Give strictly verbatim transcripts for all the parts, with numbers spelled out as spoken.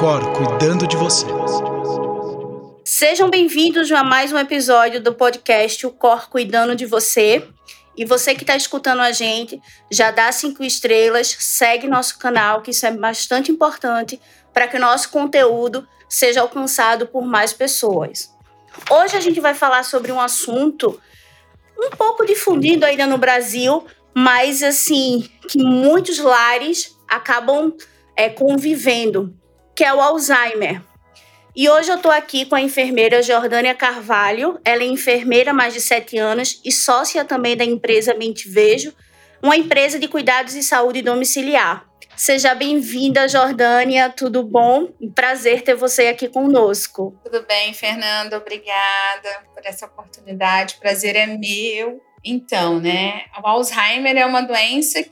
Cor cuidando de você. Sejam bem-vindos a mais um episódio do podcast O Cor Cuidando de Você. E você que está escutando a gente, já dá cinco estrelas, segue nosso canal, que isso é bastante importante para que o nosso conteúdo seja alcançado por mais pessoas. Hoje a gente vai falar sobre um assunto um pouco difundido ainda no Brasil, mas assim, que muitos lares acabam é, convivendo, que é o Alzheimer. E hoje eu estou aqui com a enfermeira Jordânia Carvalho. Ela é enfermeira há mais de sete anos e sócia também da empresa Mente Vejo, uma empresa de cuidados de saúde domiciliar. Seja bem-vinda, Jordânia, tudo bom? Um prazer ter você aqui conosco. Tudo bem, Fernanda, obrigada por essa oportunidade, o prazer é meu. Então, né, o Alzheimer é uma doença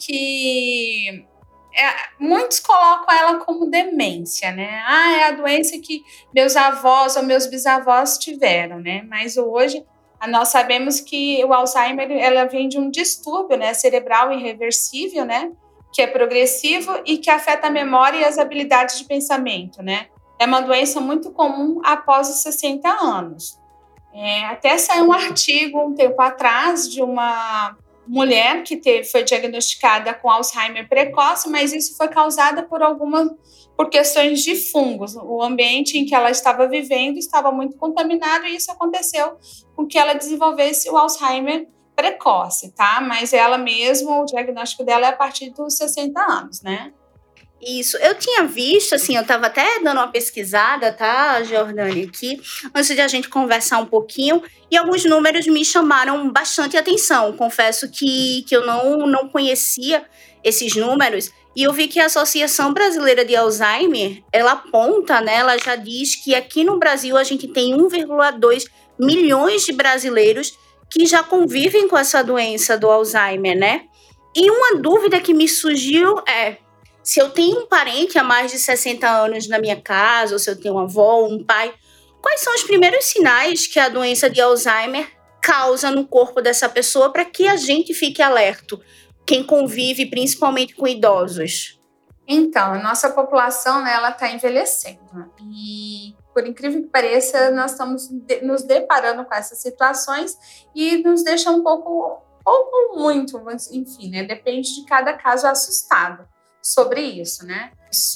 que... É, muitos colocam ela como demência, né? Ah, é a doença que meus avós ou meus bisavós tiveram, né? Mas hoje nós sabemos que o Alzheimer ela vem de um distúrbio, né, cerebral irreversível, né? Que é progressivo e que afeta a memória e as habilidades de pensamento, né? É uma doença muito comum após os sessenta anos. É, até saiu um artigo um tempo atrás de uma mulher que teve, foi diagnosticada com Alzheimer precoce, mas isso foi causado por algumas por questões de fungos. O ambiente em que ela estava vivendo estava muito contaminado e isso aconteceu com que ela desenvolvesse o Alzheimer precoce, tá? Mas ela mesma, o diagnóstico dela é a partir dos sessenta anos, né? Isso, eu tinha visto, assim, eu estava até dando uma pesquisada, tá, Jordânia, aqui, antes de a gente conversar um pouquinho, e alguns números me chamaram bastante atenção. Confesso que, que eu não, não conhecia esses números, e eu vi que a Associação Brasileira de Alzheimer, ela aponta, né, ela já diz que aqui no Brasil a gente tem um vírgula dois milhões de brasileiros que já convivem com essa doença do Alzheimer, né? E uma dúvida que me surgiu é: se eu tenho um parente há mais de sessenta anos na minha casa, ou se eu tenho uma avó, um pai, quais são os primeiros sinais que a doença de Alzheimer causa no corpo dessa pessoa para que a gente fique alerta, quem convive principalmente com idosos? Então, a nossa população, né, ela está envelhecendo. E, por incrível que pareça, nós estamos de, nos deparando com essas situações e nos deixa um pouco, ou muito, enfim, né, depende de cada caso assustado sobre isso, né?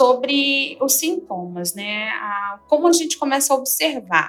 Sobre os sintomas, né? A, como a gente começa a observar.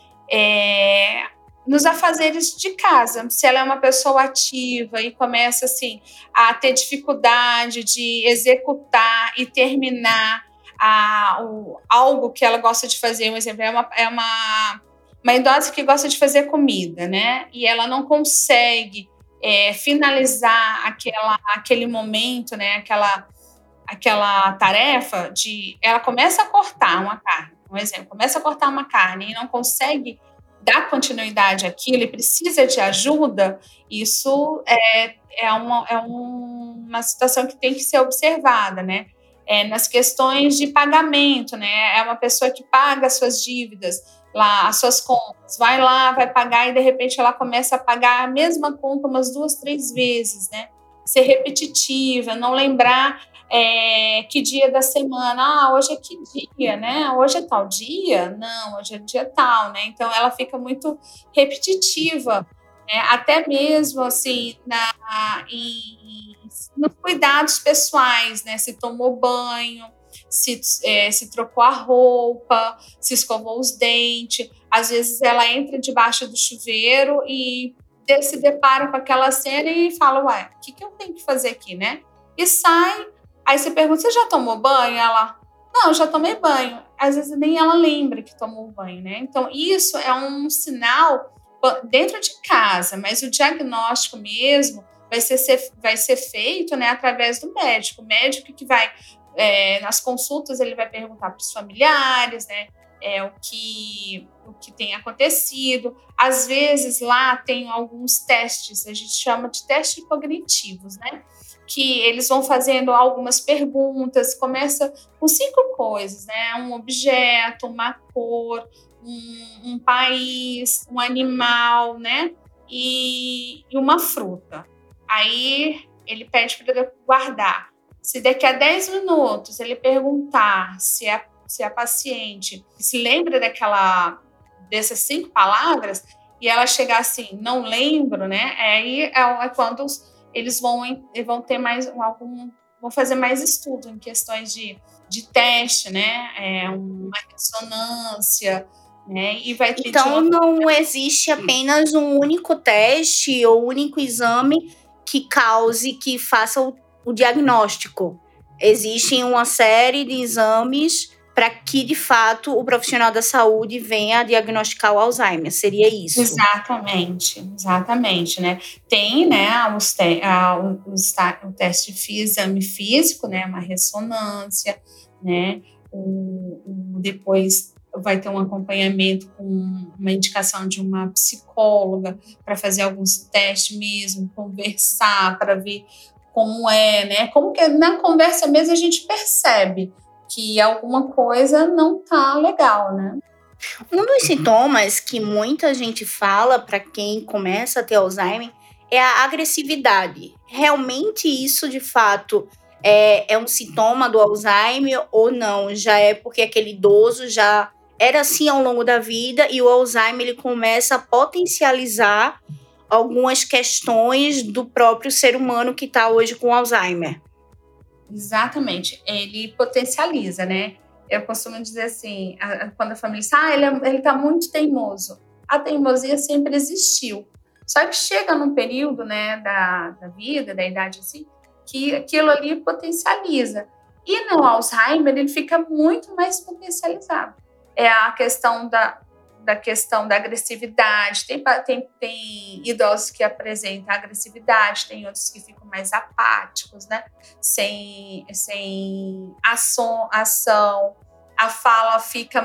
É, nos afazeres de casa, se ela é uma pessoa ativa e começa, assim, a ter dificuldade de executar e terminar a, o, algo que ela gosta de fazer, um exemplo, é uma, é uma, uma idosa que gosta de fazer comida, né? E ela não consegue é, finalizar aquela, aquele momento, né? Aquela aquela tarefa de... Ela começa a cortar uma carne, um exemplo, começa a cortar uma carne e não consegue dar continuidade àquilo e precisa de ajuda, isso é, é, uma, é um, uma situação que tem que ser observada, né? É, nas questões de pagamento, né? É uma pessoa que paga as suas dívidas, lá, as suas contas, vai lá, vai pagar e de repente ela começa a pagar a mesma conta umas duas, três vezes, né? Ser repetitiva, não lembrar É, que dia da semana, ah, hoje é que dia, né? Hoje é tal dia? Não, hoje é dia tal, né? Então, ela fica muito repetitiva, né? Até mesmo, assim, na, em, nos cuidados pessoais, né? Se tomou banho, se, é, se trocou a roupa, se escovou os dentes. Às vezes, ela entra debaixo do chuveiro e se depara com aquela cena e fala, ué, o que, que eu tenho que fazer aqui, né? E sai. Aí você pergunta, você já tomou banho? Ela, não, já tomei banho. Às vezes nem ela lembra que tomou banho, né? Então, isso é um sinal dentro de casa, mas o diagnóstico mesmo vai ser, vai ser feito, né, através do médico. O médico que vai, é, nas consultas, ele vai perguntar para os familiares, né, é, o, que, o que tem acontecido. Às vezes, lá tem alguns testes, a gente chama de testes cognitivos, né? Que eles vão fazendo algumas perguntas, começa com cinco coisas, né? Um objeto, uma cor, um, um país, um animal, né? E, e uma fruta. Aí ele pede para guardar. Se daqui a dez minutos ele perguntar se, é, se a paciente se lembra daquela, dessas cinco palavras e ela chegar assim, não lembro, né? Aí é, é quando eles vão, vão ter mais algum, vão fazer mais estudo em questões de, de teste, né? É, uma ressonância, né? E vai ter então não existe apenas um único teste ou único exame que cause, que faça o, o diagnóstico. Existem uma série de exames para que, de fato, o profissional da saúde venha a diagnosticar o Alzheimer. Seria isso? Exatamente, exatamente, né? Tem, né, os te a, os, o teste de exame físico, né, uma ressonância, né, o, o, depois vai ter um acompanhamento com uma indicação de uma psicóloga para fazer alguns testes mesmo, conversar para ver como é, né? Como que na conversa mesmo a gente percebe que alguma coisa não tá legal, né? Um dos sintomas que muita gente fala para quem começa a ter Alzheimer é a agressividade. Realmente isso, de fato, é, é um sintoma do Alzheimer ou não? Já é porque aquele idoso já era assim ao longo da vida e o Alzheimer ele começa a potencializar algumas questões do próprio ser humano que está hoje com Alzheimer. Exatamente, ele potencializa, né? Eu costumo dizer assim, a, a, quando a família diz, ah, ele, é, ele tá muito teimoso. A teimosia sempre existiu. Só que chega num período, né, da, da vida, da idade assim, que aquilo ali potencializa. E no Alzheimer, ele fica muito mais potencializado. É a questão da, da questão da agressividade. Tem, tem, tem idosos que apresentam agressividade, tem outros que ficam mais apáticos, né? Sem, sem ação, ação. A fala fica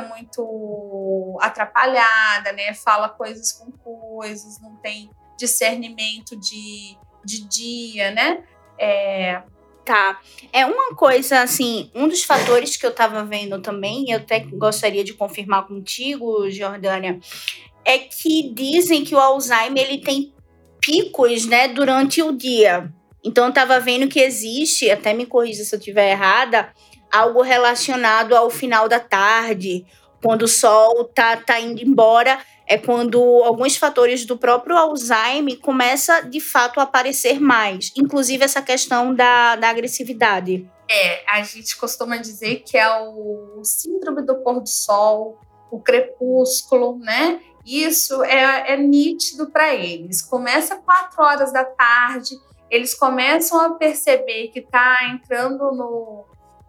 muito atrapalhada, né? Fala coisas com coisas, não tem discernimento de, de dia, né? É... Tá. É uma coisa, assim, um dos fatores que eu tava vendo também, e eu até gostaria de confirmar contigo, Jordânia, é que dizem que o Alzheimer, ele tem picos, né, durante o dia. Então, eu tava vendo que existe, até me corrija se eu estiver errada, algo relacionado ao final da tarde, quando o sol tá, tá indo embora, é quando alguns fatores do próprio Alzheimer começa de fato a aparecer mais, inclusive essa questão da, da agressividade. É, a gente costuma dizer que é o síndrome do pôr do sol, o crepúsculo, né? Isso é, é nítido para eles. Começa quatro horas da tarde, eles começam a perceber que está entrando no...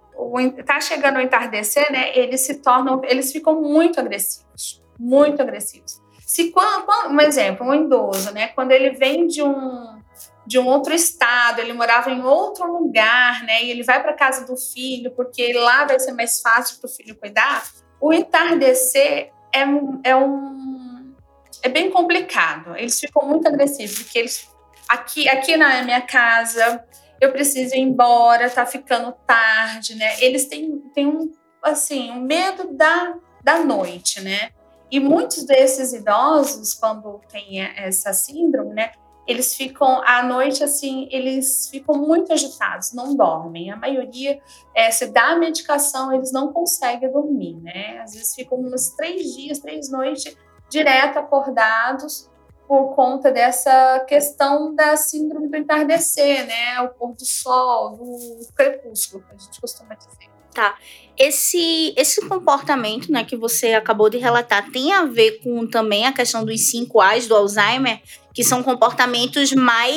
está chegando o entardecer, né? Eles se tornam, eles ficam muito agressivos, muito agressivos. Se quando, quando, um exemplo, um idoso, né? Quando ele vem de um de um outro estado, ele morava em outro lugar, né? E ele vai para casa do filho porque lá vai ser mais fácil para o filho cuidar. O entardecer é, é um é bem complicado. Eles ficam muito agressivos porque eles aqui aqui na minha casa eu preciso ir embora, tá ficando tarde, né? Eles têm, têm um, assim, um medo da, da noite, né? E muitos desses idosos, quando tem essa síndrome, né? Eles ficam, à noite, assim, eles ficam muito agitados, não dormem. A maioria, é, se dá a medicação, eles não conseguem dormir, né? Às vezes ficam uns três dias, três noites, direto acordados, por conta dessa questão da síndrome do entardecer, né? O pôr do sol, o crepúsculo, que a gente costuma dizer. Tá. Esse, esse comportamento, né, que você acabou de relatar tem a ver com também a questão dos cinco A's do Alzheimer, que são comportamentos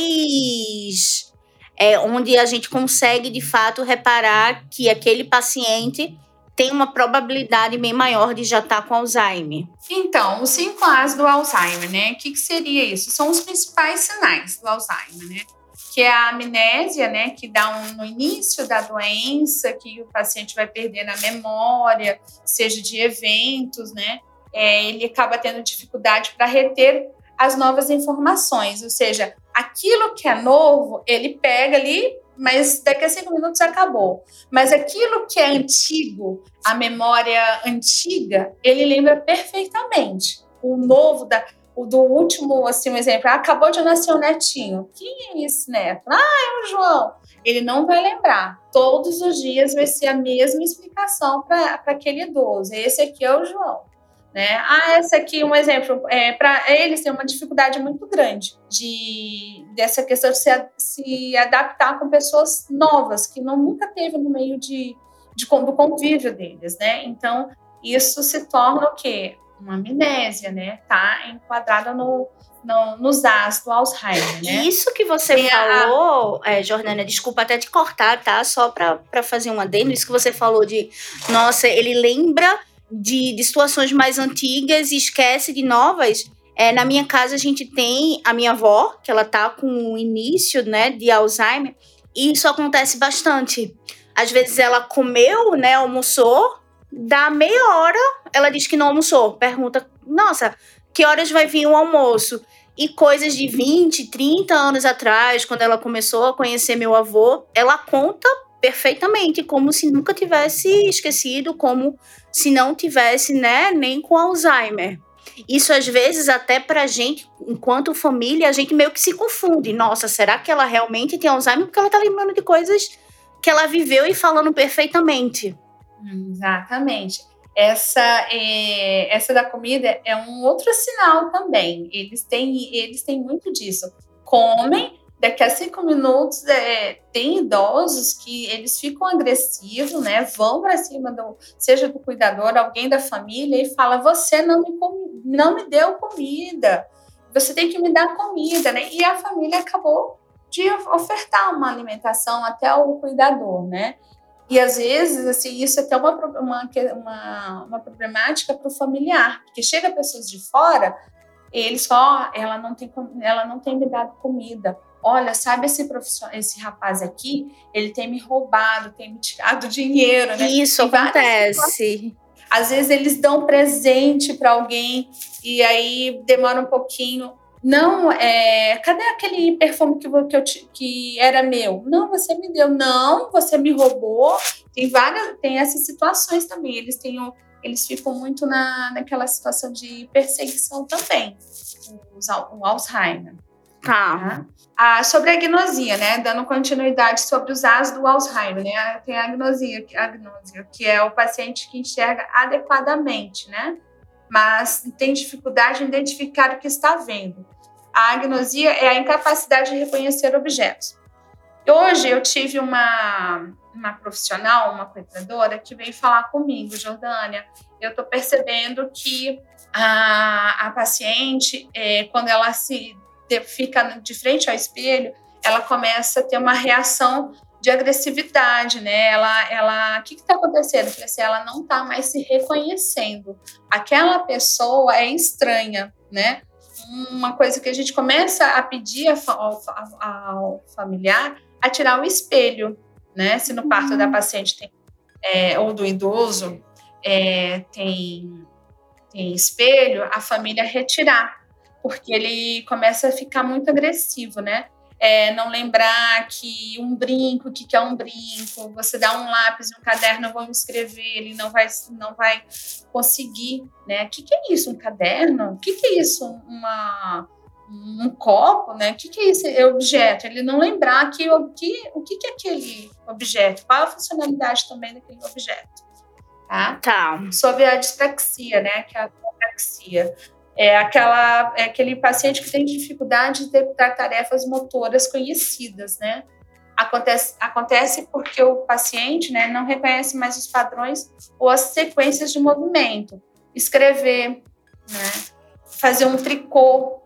mais... É, onde a gente consegue, de fato, reparar que aquele paciente tem uma probabilidade bem maior de já estar com Alzheimer. Então, os cinco A's do Alzheimer, né? O que, que seria isso? São os principais sinais do Alzheimer, né? Que é a amnésia, né? Que dá um, no início da doença, que o paciente vai perder a memória, seja de eventos, né? É, ele acaba tendo dificuldade para reter as novas informações, ou seja, aquilo que é novo, ele pega ali, mas daqui a cinco minutos acabou. Mas aquilo que é antigo, a memória antiga, ele lembra perfeitamente. O novo, da, o do último, assim, um exemplo, acabou de nascer um netinho. Quem é esse neto? Ah, é o João. ele não vai lembrar. Todos os dias vai ser a mesma explicação para aquele idoso. Esse aqui é o João. Né? Ah, esse aqui, um exemplo, é, para eles tem uma dificuldade muito grande de, dessa questão de se, se adaptar com pessoas novas, que não, nunca teve no meio de, de, do convívio deles, né? Então, isso se torna o quê? Uma amnésia, né? Tá enquadrada no, no, nos As do Alzheimer, né? Isso que você e falou, a... é, Jordânia, desculpa até te cortar, tá? Só para fazer um adendo, isso que você falou de, nossa, ele lembra de, de situações mais antigas e esquece de novas. É, na minha casa a gente tem a minha avó, que ela tá com o início, né, de Alzheimer, e isso acontece bastante. Às vezes ela comeu, né, almoçou, dá meia hora, ela diz que não almoçou. Pergunta, nossa, que horas vai vir o almoço? E coisas de vinte, trinta anos atrás, quando ela começou a conhecer meu avô, ela conta perfeitamente, como se nunca tivesse esquecido, como se não tivesse, né, nem com Alzheimer. Isso, às vezes, até pra gente, enquanto família, a gente meio que se confunde. Nossa, será que ela realmente tem Alzheimer? Porque ela tá lembrando de coisas que ela viveu e falando perfeitamente. Exatamente. Essa, é, essa da comida é um outro sinal também. Eles têm, eles têm muito disso. Comem, daqui a cinco minutos, é, tem idosos que eles ficam agressivos, né? Vão para cima, do, seja do cuidador, alguém da família, e fala, você não me, com, não me deu comida, você tem que me dar comida, né? E a família acabou de ofertar uma alimentação até ao cuidador, né? E, às vezes, assim, isso é até uma, uma, uma, uma problemática para o familiar, porque chega pessoas de fora, eles falam, oh, ela não tem, ela não tem me dado comida. Olha, sabe esse profissional, esse rapaz aqui, ele tem me roubado, tem me tirado dinheiro, né? Isso acontece. Às vezes, eles dão presente para alguém e aí demora um pouquinho. Não, é, cadê aquele perfume que, que, eu, que era meu? Não, você me deu. Não, você me roubou. Tem várias, tem essas situações também. Eles, têm, eles ficam muito na, naquela situação de perseguição também, o Alzheimer. Tá. Tá? Ah, sobre a agnosia, né? Dando continuidade sobre os As do Alzheimer, né? Tem a agnosia, a agnosia, que é o paciente que enxerga adequadamente, né? Mas tem dificuldade em identificar o que está vendo. A agnosia é a incapacidade de reconhecer objetos. Hoje eu tive uma, uma profissional, uma cuidadora, que veio falar comigo, Jordânia, eu estou percebendo que a, a paciente, é, quando ela se de, fica de frente ao espelho, ela começa a ter uma reação de agressividade, né? Ela, ela, o que está acontecendo? Eu falei assim, ela não está mais se reconhecendo. Aquela pessoa é estranha, né? Uma coisa que a gente começa a pedir ao, ao familiar a tirar o espelho, né? Se no parto uhum. da paciente tem, é, ou do idoso é, tem, tem espelho, a família retirar, porque ele começa a ficar muito agressivo, né? É, não lembrar que um brinco, o que, que é um brinco, você dá um lápis, um caderno, vamos escrever, ele não vai, não vai conseguir, né? O que, que é isso, um caderno? O que, que é isso, uma, um copo, né? O que, que é esse objeto? Ele não lembrar que, o, que, o que, que é aquele objeto, qual é a funcionalidade também daquele objeto, tá? Tá. Sobre a dispraxia, né? Que é a apraxia. É, aquela, é aquele paciente que tem dificuldade de executar tarefas motoras conhecidas, né? Acontece, acontece porque o paciente, né, não reconhece mais os padrões ou as sequências de movimento. Escrever, né? Fazer um tricô,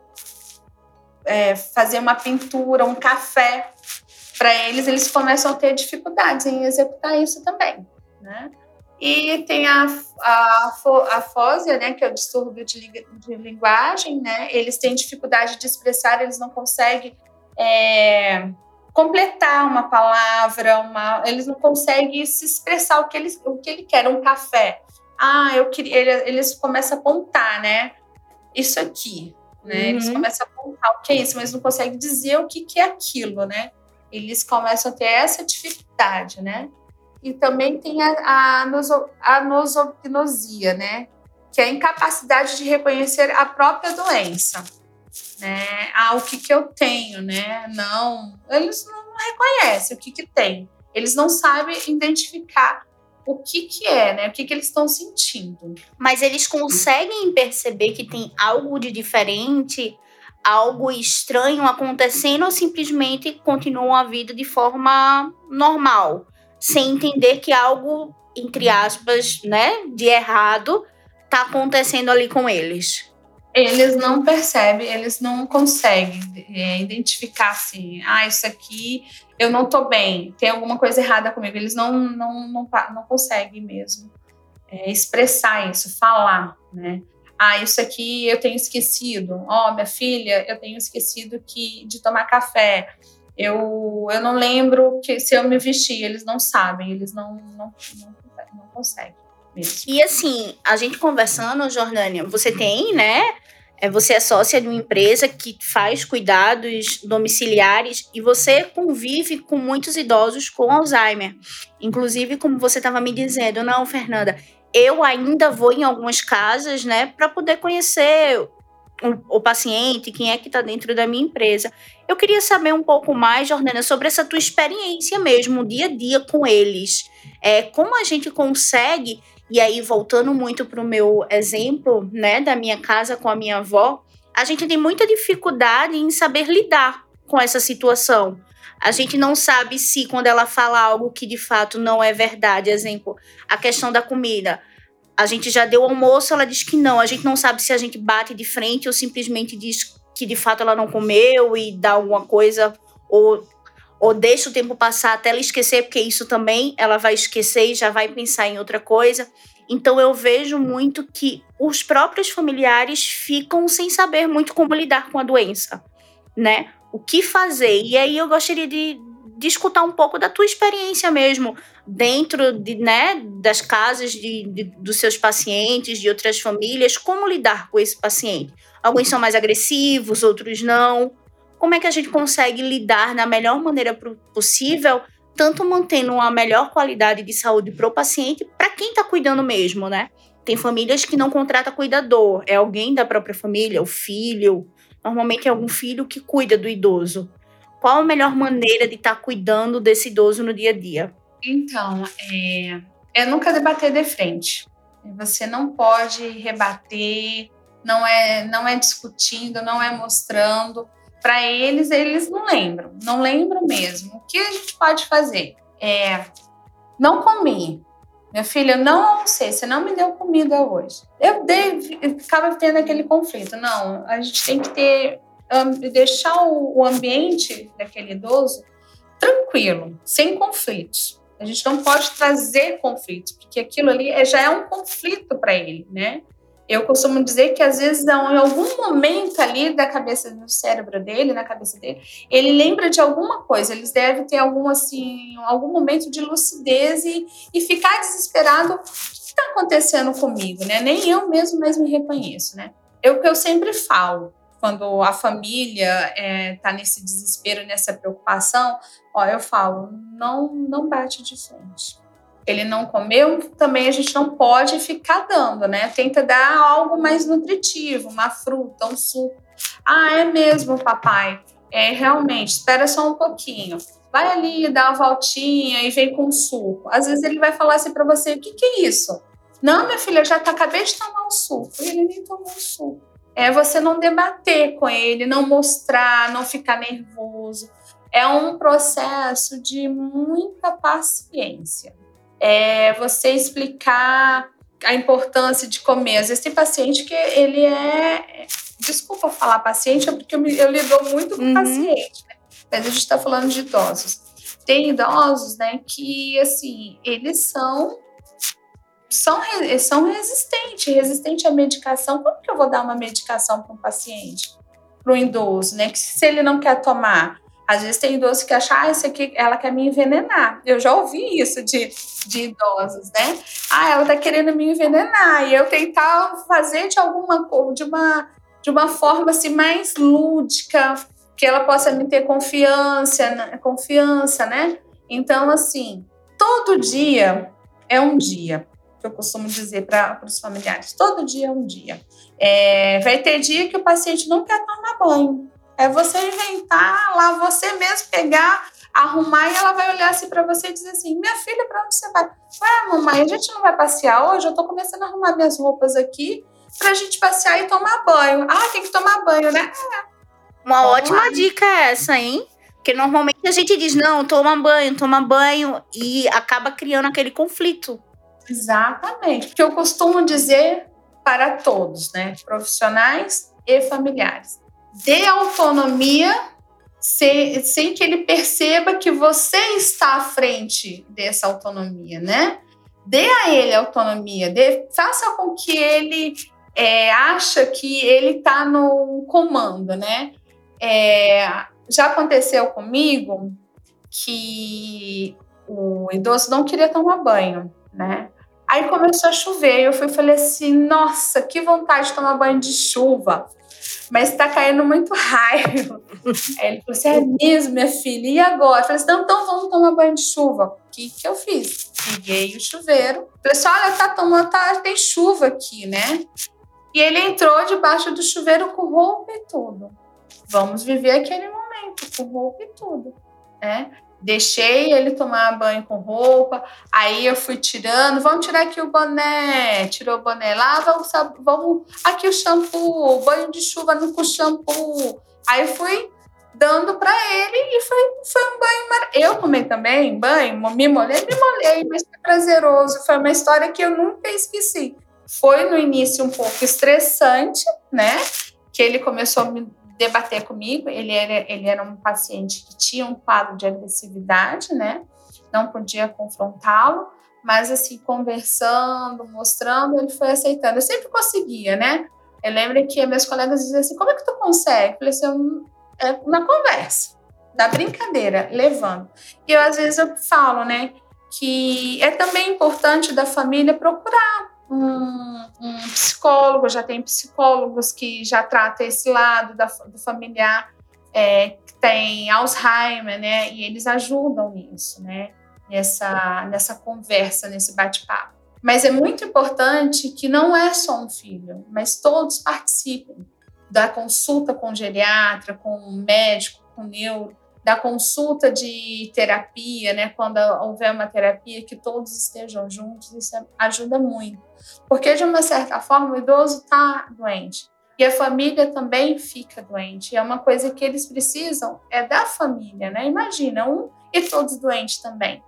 é, fazer uma pintura, um café. Para eles, eles começam a ter dificuldades em executar isso também, né? E tem a, a, a fósia, né, que é o distúrbio de, de linguagem, né? Eles têm dificuldade de expressar, eles não conseguem é, completar uma palavra, uma, eles não conseguem se expressar o que eles, o que ele quer, um café. Ah, eu queria, ele, eles começam a apontar, né? Isso aqui, né? Uhum. Eles começam a apontar o que é isso, mas não conseguem dizer o que, que é aquilo, né? Eles começam a ter essa dificuldade, né? E também tem a, a, noso, a nosognosia, né? Que é a incapacidade de reconhecer a própria doença. Né? Ah, o que, que eu tenho, né? Não, eles não reconhecem o que que tem. Eles não sabem identificar o que que é, né? O que que eles estão sentindo. Mas eles conseguem perceber que tem algo de diferente, algo estranho acontecendo, ou simplesmente continuam a vida de forma normal, sem entender que algo, entre aspas, né, de errado tá acontecendo ali com eles? Eles não percebem, eles não conseguem é, identificar assim, ah, isso aqui eu não tô bem, tem alguma coisa errada comigo. Eles não, não, não, não conseguem mesmo é, expressar isso, falar, né? Ah, isso aqui eu tenho esquecido. Ó, oh, minha filha, eu tenho esquecido que, de tomar café. Eu, eu não lembro que, se eu me vestir. Eles não sabem, eles não, não, não, não conseguem mesmo. E assim, a gente conversando, Jordânia, você tem, né? Você é sócia de uma empresa que faz cuidados domiciliares e você convive com muitos idosos com Alzheimer. Inclusive, como você estava me dizendo, não, Fernanda, eu ainda vou em algumas casas, né, para poder conhecer o, o paciente, quem é que está dentro da minha empresa. Eu queria saber um pouco mais, Jordânia, sobre essa tua experiência mesmo, dia a dia com eles. É, como a gente consegue... E aí, voltando muito para o meu exemplo, né, da minha casa com a minha avó, a gente tem muita dificuldade em saber lidar com essa situação. A gente não sabe se, quando ela fala algo que de fato não é verdade, exemplo, a questão da comida, a gente já deu almoço, ela diz que não. A gente não sabe se a gente bate de frente ou simplesmente diz que de fato ela não comeu e dá alguma coisa, ou... ou deixa o tempo passar até ela esquecer, porque isso também ela vai esquecer e já vai pensar em outra coisa. Então eu vejo muito que os próprios familiares ficam sem saber muito como lidar com a doença, né? O que fazer? E aí eu gostaria de, de escutar um pouco da tua experiência mesmo, dentro de, né, das casas de, de, dos seus pacientes, de outras famílias, como lidar com esse paciente. Alguns são mais agressivos, outros não. Como é que a gente consegue lidar da melhor maneira possível, tanto mantendo uma melhor qualidade de saúde para o paciente, para quem está cuidando mesmo, né? Tem famílias que não contratam cuidador, é alguém da própria família, o filho, normalmente é algum filho que cuida do idoso. Qual a melhor maneira de estar tá cuidando desse idoso no dia a dia? Então, é, é nunca debater de frente. Você não pode rebater, não é, não é discutindo, não é mostrando. Para eles, eles não lembram, não lembram mesmo. O que a gente pode fazer? É, não comi. Minha filha, eu não almocei, você não me deu comida hoje. Eu, dei, eu ficava tendo aquele conflito. Não, a gente tem que ter, um, deixar o, o ambiente daquele idoso tranquilo, sem conflitos. A gente não pode trazer conflitos, porque aquilo ali é, já é um conflito para ele, né? Eu costumo dizer que, às vezes, em algum momento ali da cabeça, no cérebro dele, na cabeça dele, ele lembra de alguma coisa. Eles devem ter algum, assim, algum momento de lucidez e, e ficar desesperado. O que está acontecendo comigo, né? Nem eu mesmo mais me reconheço, né? É o que eu sempre falo. Quando a família está é, nesse desespero, nessa preocupação, ó, eu falo, não, não bate de frente. Ele não comeu, também a gente não pode ficar dando, né? Tenta dar algo mais nutritivo, uma fruta, um suco. Ah, é mesmo, papai. É, realmente, espera só um pouquinho. Vai ali, dá uma voltinha e vem com um suco. Às vezes ele vai falar assim para você, o que, que é isso? Não, minha filha, eu já acabei de tomar um suco. E ele nem tomou um suco. É você não debater com ele, não mostrar, não ficar nervoso. É um processo de muita paciência. É você explicar a importância de comer. Às vezes tem paciente que ele é... Desculpa falar paciente, é porque eu, me, eu lido muito com uhum. paciente, né? Mas a gente está falando de idosos. Tem idosos, né, que, assim, eles são, são, são resistentes, resistentes à medicação. Como que eu vou dar uma medicação para um paciente, para um idoso, né? Que se ele não quer tomar... Às vezes tem idoso que acha, ah, isso aqui, ela quer me envenenar. Eu já ouvi isso de, de idosos, né? Ah, ela tá querendo me envenenar. E eu tentar fazer de alguma de uma, de uma forma assim, mais lúdica, que ela possa me ter confiança, confiança, né? Então, assim, todo dia é um dia, que eu costumo dizer para os familiares. Todo dia é um dia. É, vai ter dia que o paciente não quer tomar banho. É você inventar lá, você mesmo pegar arrumar e ela vai olhar assim para você e dizer assim, minha filha, para onde você vai? Ué, mamãe, a gente não vai passear hoje? Eu tô começando a arrumar minhas roupas aqui pra gente passear e tomar banho. Ah, tem que tomar banho, né? Uma Vamos ótima lá. dica essa, hein? Porque normalmente a gente diz, não, toma banho, toma banho, e acaba criando aquele conflito. Exatamente. Porque eu costumo dizer para todos, né? Profissionais e familiares. Dê autonomia sem, sem que ele perceba que você está à frente dessa autonomia, né? Dê a ele autonomia, dê, faça com que ele é, acha que ele está no comando, né? É, já aconteceu comigo que o idoso não queria tomar banho, né? Aí começou a chover e eu fui, falei assim, nossa, que vontade de tomar banho de chuva, mas tá caindo muito raio. Aí ele falou assim, é mesmo, minha filha, e agora? Eu falei assim, não, então vamos tomar banho de chuva. O que que eu fiz? Liguei o chuveiro, falei assim, olha, tá tomando, tá, tem chuva aqui, né? E ele entrou debaixo do chuveiro com roupa e tudo. Vamos viver aquele momento, com roupa e tudo, né? Deixei ele tomar banho com roupa, aí eu fui tirando, vamos tirar aqui o boné, tirou o boné, lava o sabão, vamos, aqui o shampoo, banho de chuva no com shampoo. Aí fui dando para ele e foi, foi um banho maravilhoso. Eu tomei também banho, me molhei, me molhei, mas foi prazeroso, foi uma história que eu nunca esqueci. Foi no início um pouco estressante, né? Que ele começou a me debater comigo, ele era, ele era um paciente que tinha um quadro de agressividade, né? Não podia confrontá-lo, mas assim, conversando, mostrando, ele foi aceitando. Eu sempre conseguia, né? Eu lembro que meus colegas diziam assim, como é que tu consegue? Eu falei assim, é na conversa, na brincadeira, levando. E eu, às vezes eu falo, né, que é também importante da família procurar Um, um psicólogo, já tem psicólogos que já tratam esse lado da, do familiar, é, que tem Alzheimer, né? E eles ajudam nisso, né? Nessa, nessa conversa, nesse bate-papo. Mas é muito importante que não é só um filho, mas todos participem da consulta com o geriatra, com o médico, com o neuro, da consulta de terapia, né? Quando houver uma terapia, que todos estejam juntos, isso ajuda muito. Porque, de uma certa forma, o idoso está doente. E a família também fica doente. E é uma coisa que eles precisam, é da família, né? Imagina, um e todos doentes também.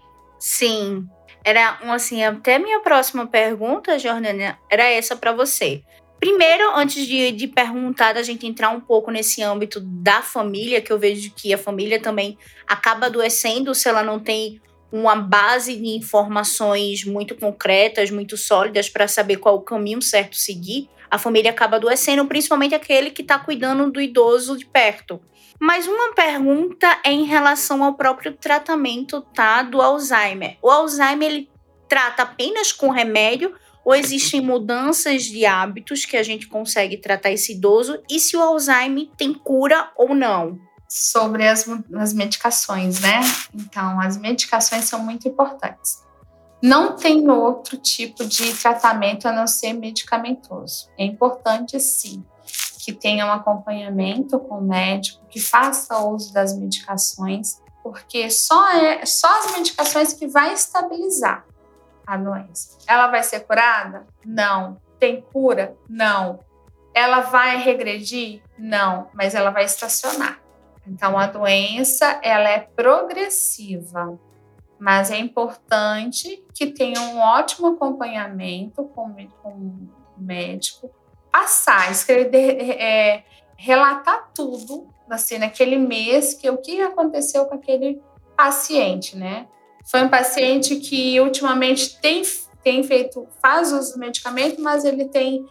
Sim. Era, assim, até minha próxima pergunta, Jordânia, era essa para você. Primeiro, antes de, de perguntar, da gente entrar um pouco nesse âmbito da família, que eu vejo que a família também acaba adoecendo se ela não tem uma base de informações muito concretas, muito sólidas para saber qual o caminho certo seguir, a família acaba adoecendo, principalmente aquele que está cuidando do idoso de perto. Mas uma pergunta é em relação ao próprio tratamento, tá, do Alzheimer. O Alzheimer, ele trata apenas com remédio ou existem mudanças de hábitos que a gente consegue tratar esse idoso? E se o Alzheimer tem cura ou não? Sobre as, as medicações, né? Então, as medicações são muito importantes. Não tem outro tipo de tratamento a não ser medicamentoso. É importante, sim, que tenha um acompanhamento com o médico, que faça uso das medicações, porque só, é, só as medicações que vai estabilizar a doença. Ela vai ser curada? Não. Tem cura? Não. Ela vai regredir? Não. Mas ela vai estacionar. Então, a doença, ela é progressiva, mas é importante que tenha um ótimo acompanhamento com, com o médico, passar, escrever, é, relatar tudo, assim, naquele mês, que o que aconteceu com aquele paciente, né? Foi um paciente que ultimamente tem, tem feito, faz uso do medicamento, mas ele tem,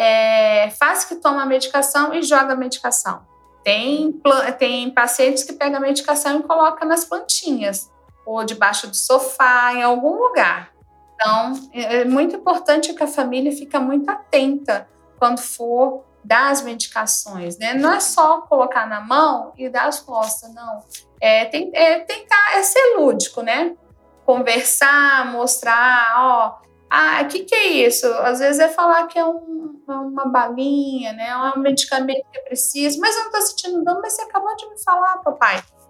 é, faz que toma a medicação e joga a medicação. Tem, tem pacientes que pegam a medicação e colocam nas plantinhas, ou debaixo do sofá, em algum lugar. Então, é muito importante que a família fique muito atenta quando for dar as medicações, né? Não é só colocar na mão e dar as costas, não. É, tem, é tentar, é ser lúdico, né? Conversar, mostrar, ó, ah, o que, que é isso? Às vezes é falar que é um, uma balinha, né? É um medicamento que é preciso, mas eu não estou sentindo dor, mas você acabou de me falar, papai.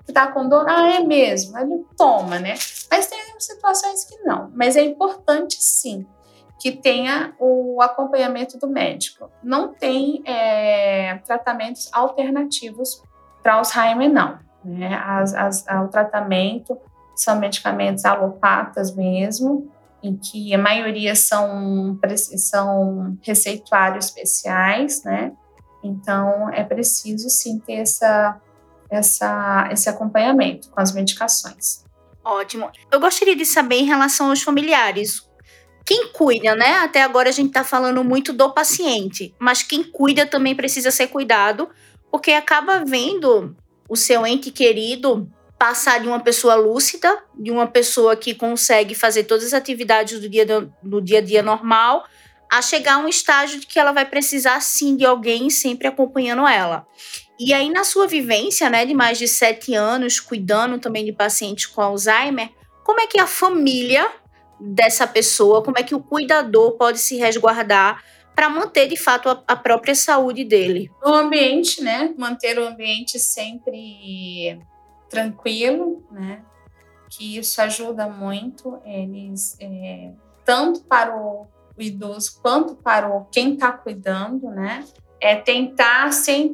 que está com dor, ah, é mesmo, ele toma, né? Mas tem situações que não. Mas é importante, sim, que tenha o acompanhamento do médico. Não tem é, tratamentos alternativos para Alzheimer, não. Né? As, as, o tratamento são medicamentos alopatas mesmo, em que a maioria são, são receituários especiais, né? Então, é preciso, sim, ter essa, essa, esse acompanhamento com as medicações. Ótimo. Eu gostaria de saber em relação aos familiares. Quem cuida, né? Até agora a gente está falando muito do paciente, mas quem cuida também precisa ser cuidado, porque acaba vendo o seu ente querido passar de uma pessoa lúcida, de uma pessoa que consegue fazer todas as atividades do dia, do dia a dia normal, a chegar a um estágio de que ela vai precisar, sim, de alguém sempre acompanhando ela. E aí, na sua vivência, né, de mais de sete anos, cuidando também de pacientes com Alzheimer, como é que a família dessa pessoa, como é que o cuidador pode se resguardar para manter, de fato, a, a própria saúde dele? O ambiente, né, manter o ambiente sempre tranquilo, né, que isso ajuda muito, eles, é, tanto para o, o idoso quanto para o, quem está cuidando, né, é tentar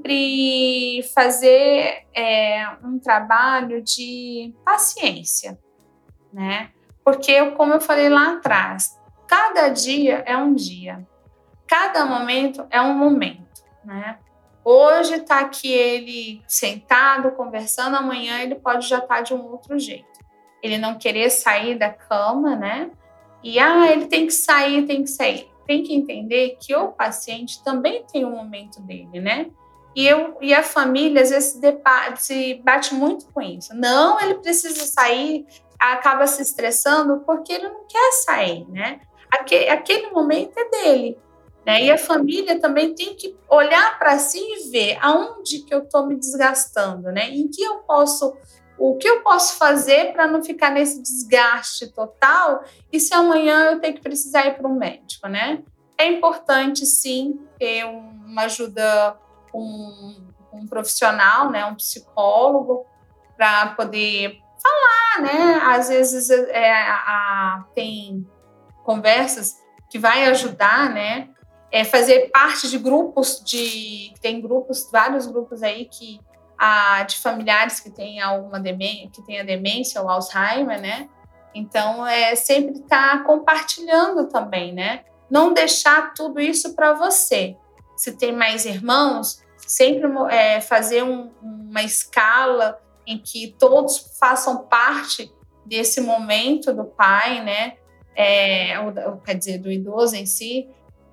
sempre fazer é, um trabalho de paciência, né, porque, como eu falei lá atrás, cada dia é um dia, cada momento é um momento, né? Hoje está aqui ele sentado, conversando, amanhã ele pode já estar de um outro jeito. Ele não querer sair da cama, né? E, ah, ele tem que sair, tem que sair. Tem que entender que o paciente também tem um momento dele, né? E, eu, e a família, às vezes, se, depa- se bate muito com isso. Não, ele precisa sair, acaba se estressando porque ele não quer sair, né? Aquele, aquele momento é dele. Né? E a família também tem que olhar para si e ver aonde que eu estou me desgastando, né? Em que eu posso, o que eu posso fazer para não ficar nesse desgaste total e se amanhã eu tenho que precisar ir para um médico, né? É importante, sim, ter uma ajuda, um, um profissional, né? Um psicólogo, para poder falar, né? Às vezes é, a, tem conversas que vai ajudar, né? É fazer parte de grupos de tem grupos, vários grupos aí que a, de familiares que têm alguma demência, que tem a demência ou Alzheimer, né? Então é sempre estar tá compartilhando também, né? Não deixar tudo isso para você. Se tem mais irmãos, sempre é, fazer um, uma escala em que todos façam parte desse momento do pai, né? É, ou, quer dizer, do idoso em si.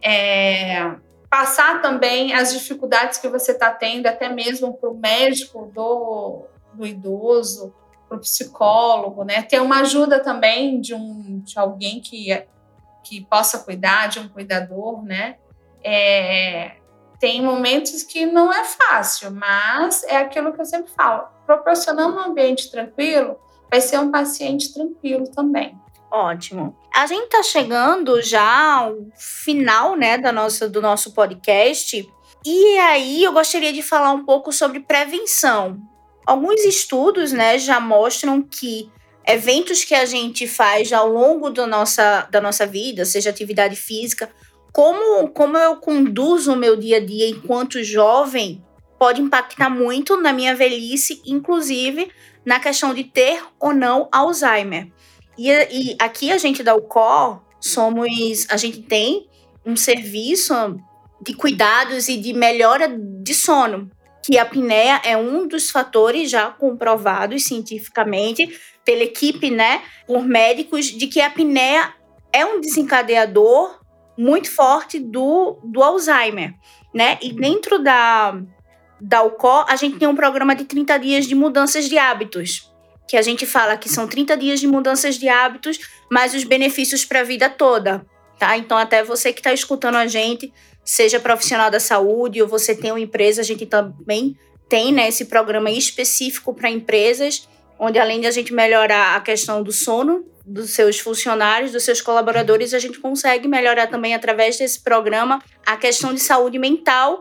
É, passar também as dificuldades que você está tendo, até mesmo para o médico do, do idoso, para o psicólogo, né? Ter uma ajuda também de, um, de alguém que, que possa cuidar, de um cuidador, né? É, tem momentos que não é fácil, mas é aquilo que eu sempre falo, proporcionando um ambiente tranquilo, vai ser um paciente tranquilo também. Ótimo. A gente está chegando já ao final, né, da nossa, do nosso podcast. E aí eu gostaria de falar um pouco sobre prevenção. Alguns estudos, né, já mostram que eventos que a gente faz ao longo do nossa, da nossa vida, seja atividade física, como, como eu conduzo o meu dia a dia enquanto jovem, pode impactar muito na minha velhice, inclusive na questão de ter ou não Alzheimer. E, e aqui a gente da U C O R somos, a gente tem um serviço de cuidados e de melhora de sono, que a apneia é um dos fatores já comprovados cientificamente pela equipe, né, por médicos, de que a apneia é um desencadeador muito forte do, do Alzheimer, né? E dentro da, da U C O R a gente tem um programa de trinta dias de mudanças de hábitos, que a gente fala que são trinta dias de mudanças de hábitos, mas os benefícios para a vida toda, tá? Então, até você que está escutando a gente, seja profissional da saúde ou você tem uma empresa, a gente também tem, né, esse programa específico para empresas, onde além de a gente melhorar a questão do sono dos seus funcionários, dos seus colaboradores, a gente consegue melhorar também através desse programa a questão de saúde mental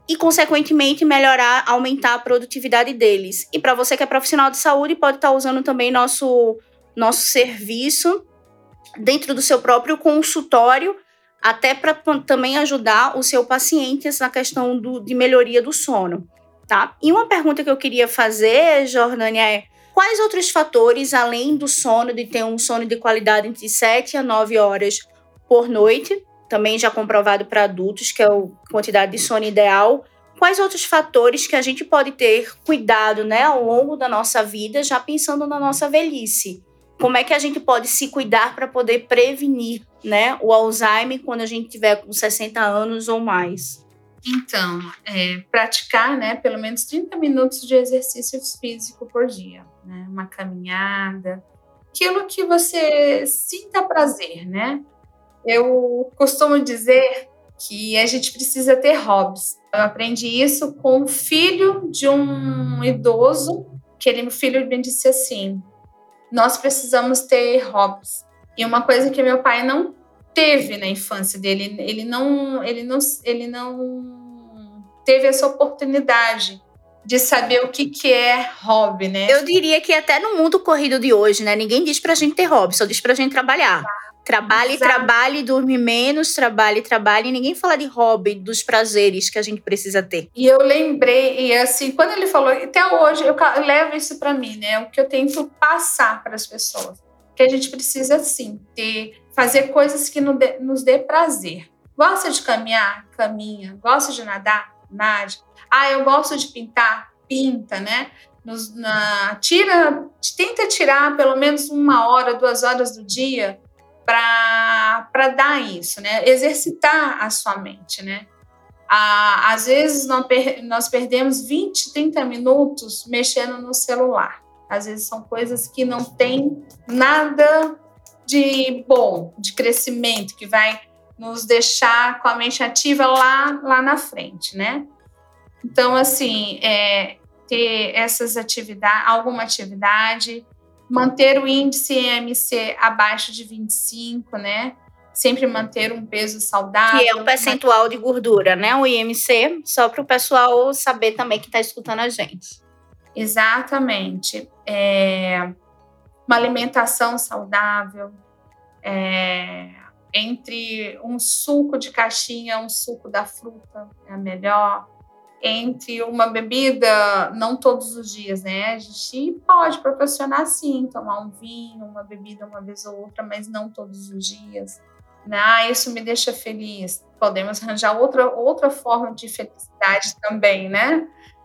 e, consequentemente, melhorar, aumentar a produtividade deles. E para você que é profissional de saúde, pode estar usando também nosso, nosso serviço dentro do seu próprio consultório, até para também ajudar o seu paciente na questão do, de melhoria do sono, tá? E uma pergunta que eu queria fazer, Jordânia, é quais outros fatores, além do sono, de ter um sono de qualidade entre sete a nove horas por noite, também já comprovado para adultos, que é a quantidade de sono ideal, quais outros fatores que a gente pode ter cuidado, né, ao longo da nossa vida, já pensando na nossa velhice? Como é que a gente pode se cuidar para poder prevenir, né, o Alzheimer quando a gente tiver com sessenta anos ou mais? Então, é, praticar, né, pelo menos trinta minutos de exercício físico por dia, né, uma caminhada, aquilo que você sinta prazer, né? Eu costumo dizer que a gente precisa ter hobbies. Eu aprendi isso com o filho de um idoso, que ele, o filho me disse assim, nós precisamos ter hobbies. E uma coisa que meu pai não teve na infância dele, ele não, ele não, ele não teve essa oportunidade de saber o que, que é hobby, né? Eu diria que até no mundo corrido de hoje, né? Ninguém diz pra gente ter hobby, só diz pra gente trabalhar. Trabalhe, Exato. trabalhe, dorme menos, trabalhe, trabalhe. Ninguém fala de hobby, dos prazeres que a gente precisa ter. E eu lembrei, e assim, quando ele falou, até hoje eu levo isso para mim, né? O que eu tento passar para as pessoas, que a gente precisa sim ter, fazer coisas que nos dê prazer. Gosta de caminhar? Caminha. Gosta de nadar? Nade. Ah, eu gosto de pintar? Pinta, né? Nos, na, tira, tenta tirar pelo menos uma hora, duas horas do dia para dar isso, né? Exercitar a sua mente, né? Ah, às vezes nós, per- nós perdemos vinte, trinta minutos mexendo no celular. Às vezes são coisas que não tem nada de bom, de crescimento, que vai nos deixar com a mente ativa lá, lá na frente, né? Então, assim, é, ter essas atividades, alguma atividade, manter o índice I M C abaixo de vinte e cinco, né? Sempre manter um peso saudável. Que é o percentual de gordura, né? O I M C, só para o pessoal saber também que está escutando a gente. Exatamente. É, uma alimentação saudável, é, entre um suco de caixinha, um suco da fruta é melhor. Entre uma bebida, não todos os dias, né? A gente pode proporcionar, sim, tomar um vinho, uma bebida uma vez ou outra, mas não todos os dias. Ah, isso me deixa feliz. Podemos arranjar outra, outra forma de felicidade também, né?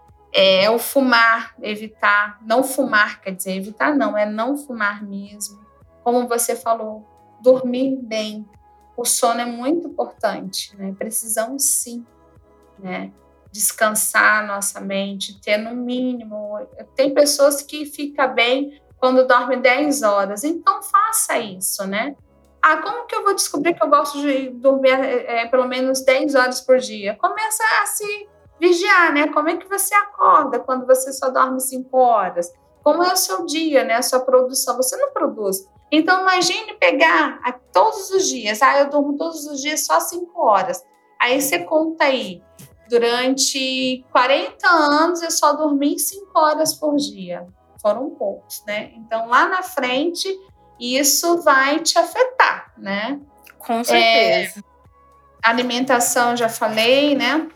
É o fumar, evitar. Não fumar, quer dizer, evitar não, é não fumar mesmo. Como você falou, dormir bem. O sono é muito importante, né? Precisamos sim, né? Descansar a nossa mente, ter no mínimo. Tem pessoas que ficam bem quando dormem dez horas, então faça isso, né? Ah, como que eu vou descobrir que eu gosto de dormir é, pelo menos dez horas por dia? Começa a se vigiar, né? Como é que você acorda quando você só dorme cinco horas? Como é o seu dia, né? A sua produção, você não produz. Então, imagine pegar a, todos os dias, ah, eu durmo todos os dias só cinco horas. Aí você conta aí, durante quarenta anos eu só dormi cinco horas por dia. Foram poucos, né? Então, lá na frente, isso vai te afetar, né? Com certeza. É, alimentação, já falei, né?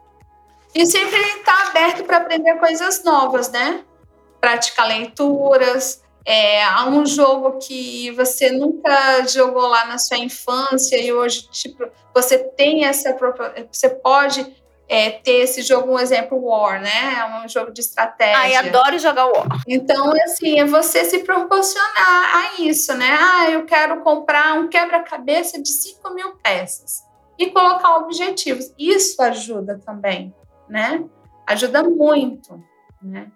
E sempre estar aberto para aprender coisas novas, né? Praticar leituras. É, há um jogo que você nunca jogou lá na sua infância e hoje tipo, você tem essa... Você pode... É, ter esse jogo, um exemplo, War, né? É um jogo de estratégia. Ai, adoro jogar War. Então, assim, é você se proporcionar a isso, né? Ah, eu quero comprar um quebra-cabeça de cinco mil peças e colocar objetivos. Isso ajuda também, né? Ajuda muito, né?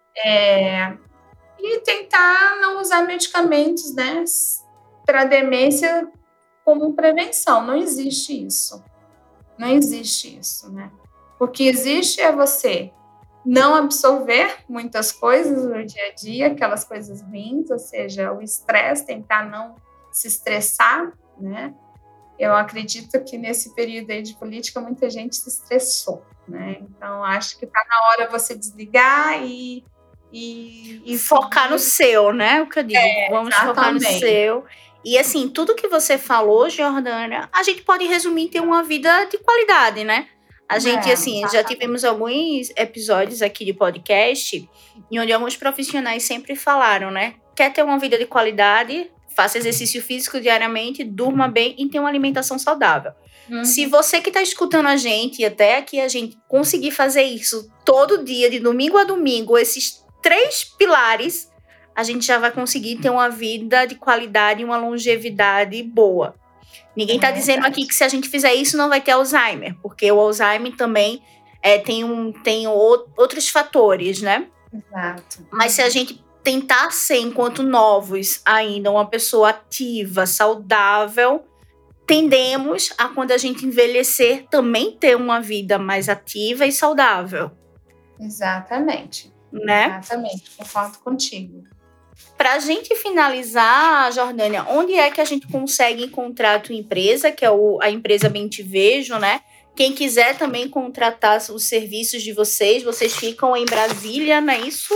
É, e tentar não usar medicamentos, né? Para demência como prevenção. Não existe isso. Não existe isso, né? O que existe é você não absorver muitas coisas no dia a dia, aquelas coisas ruins, ou seja, o estresse, tentar não se estressar, né? eu acredito que nesse período aí de política muita gente se estressou, né? Então, acho que está na hora você desligar e... E, e focar seguir. No seu, né? O que eu digo, é, vamos exatamente. focar no seu. E assim, tudo que você falou, Jordânia, a gente pode resumir em ter uma vida de qualidade, né? A gente, é, assim, exatamente. Já tivemos alguns episódios aqui de podcast em onde alguns profissionais sempre falaram, né? Quer ter uma vida de qualidade, faça exercício físico diariamente, durma bem e tenha uma alimentação saudável. Uhum. Se você que está escutando a gente e até aqui a gente conseguir fazer isso todo dia, de domingo a domingo, esses três pilares, a gente já vai conseguir ter uma vida de qualidade e uma longevidade boa. Ninguém está é dizendo aqui que se a gente fizer isso não vai ter Alzheimer, porque o Alzheimer também é, tem, um, tem outros fatores, né? Exato. Mas se a gente tentar ser, enquanto novos ainda, uma pessoa ativa, saudável, tendemos a, quando a gente envelhecer, também ter uma vida mais ativa e saudável. Exatamente. Né? Exatamente, concordo contigo. Para a gente finalizar, Jordânia, onde é que a gente consegue encontrar a tua empresa, que é o, a empresa Bem Te Vejo, né? Quem quiser também contratar os serviços de vocês, vocês ficam em Brasília, não é isso?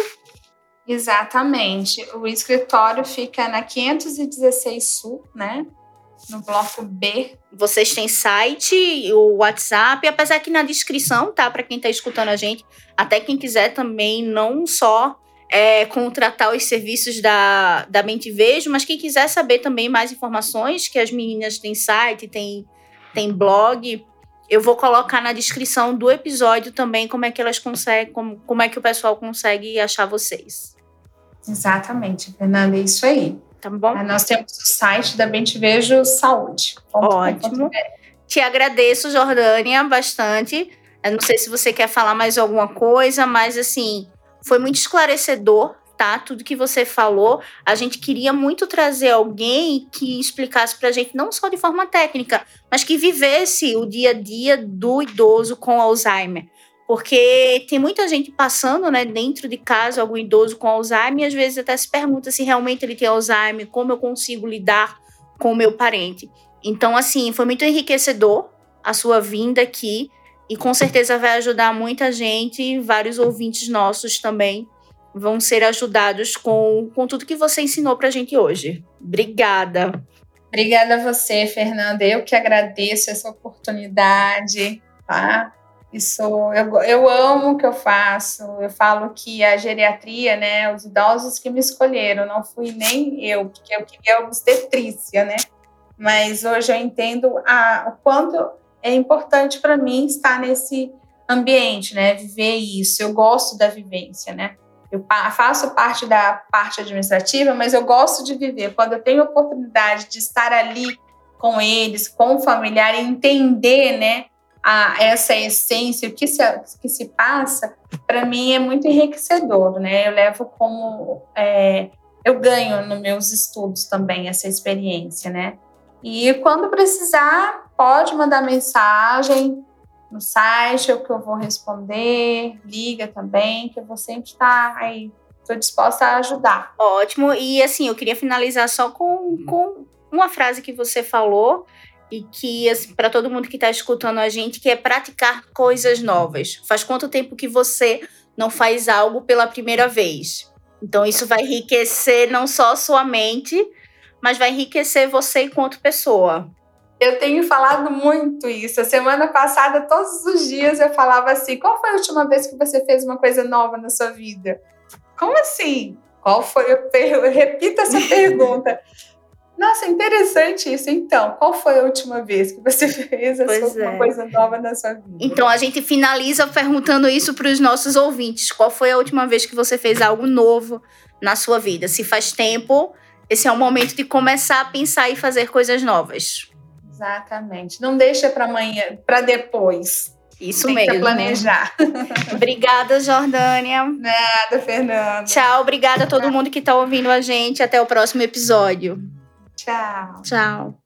Exatamente. O escritório fica na quinhentos e dezesseis Sul, né? No bloco B. Vocês têm site, o WhatsApp, apesar que na descrição, tá? Para quem está escutando a gente, até quem quiser também, não só é, contratar os serviços da, da Bem Te Vejo, mas quem quiser saber também mais informações, que as meninas têm site, tem, tem blog, eu vou colocar na descrição do episódio também como é que elas conseguem, como, como é que o pessoal consegue achar vocês. Exatamente, Fernanda, é isso aí. Tá bom? Nós temos o site da Bem Te Vejo Saúde. Ótimo. Te agradeço, Jordânia, bastante. Eu não sei se você quer falar mais alguma coisa, mas assim, foi muito esclarecedor, tá? Tudo que você falou. A gente queria muito trazer alguém que explicasse pra gente, não só de forma técnica, mas que vivesse o dia a dia do idoso com Alzheimer. Porque tem muita gente passando, né, dentro de casa, algum idoso com Alzheimer, e às vezes até se pergunta se realmente ele tem Alzheimer, como eu consigo lidar com o meu parente. Então, assim, foi muito enriquecedor a sua vinda aqui, e com certeza vai ajudar muita gente, vários ouvintes nossos também vão ser ajudados com, com tudo que você ensinou pra gente hoje. Obrigada. Obrigada a você, Fernanda. Eu que agradeço essa oportunidade, tá? Isso, eu, eu amo o que eu faço. Eu falo que a geriatria, né, os idosos que me escolheram, não fui nem eu, porque eu queria obstetrícia, né? Mas hoje eu entendo a, o quanto é importante para mim estar nesse ambiente, né? Viver isso. Eu gosto da vivência, né? Eu faço parte da parte administrativa, mas eu gosto de viver. Quando eu tenho a oportunidade de estar ali com eles, com o familiar, e entender, né? A, essa essência, o que se, que se passa, para mim é muito enriquecedor, né? Eu levo como... É, eu ganho nos meus estudos também essa experiência, né? E quando precisar, pode mandar mensagem no site, é o que eu vou responder, liga também, que eu vou sempre estar aí, estou disposta a ajudar. Ótimo, e assim, eu queria finalizar só com, com uma frase que você falou, e que, assim, para todo mundo que está escutando a gente, que é praticar coisas novas. Faz quanto tempo que você não faz algo pela primeira vez? Então, isso vai enriquecer não só a sua mente, mas vai enriquecer você enquanto pessoa. Eu tenho falado muito isso. A semana passada, todos os dias, eu falava assim, qual foi a última vez que você fez uma coisa nova na sua vida? Como assim? Qual foi? Eu, eu repito essa pergunta. Nossa, interessante isso. Então, qual foi a última vez que você fez uma é. coisa nova na sua vida? Então, a gente finaliza perguntando isso para os nossos ouvintes. Qual foi a última vez que você fez algo novo na sua vida? Se faz tempo, esse é o momento de começar a pensar e fazer coisas novas. Exatamente. Não deixa para amanhã, para depois. Isso Tem mesmo. Tem que planejar. Obrigada, Jordânia. Nada, Fernanda. Tchau, obrigada a todo mundo que está ouvindo a gente. Até o próximo episódio. Tchau. Tchau.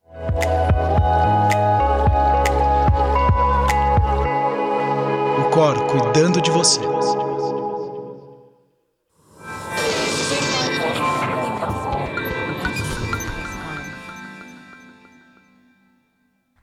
O Cor cuidando de você.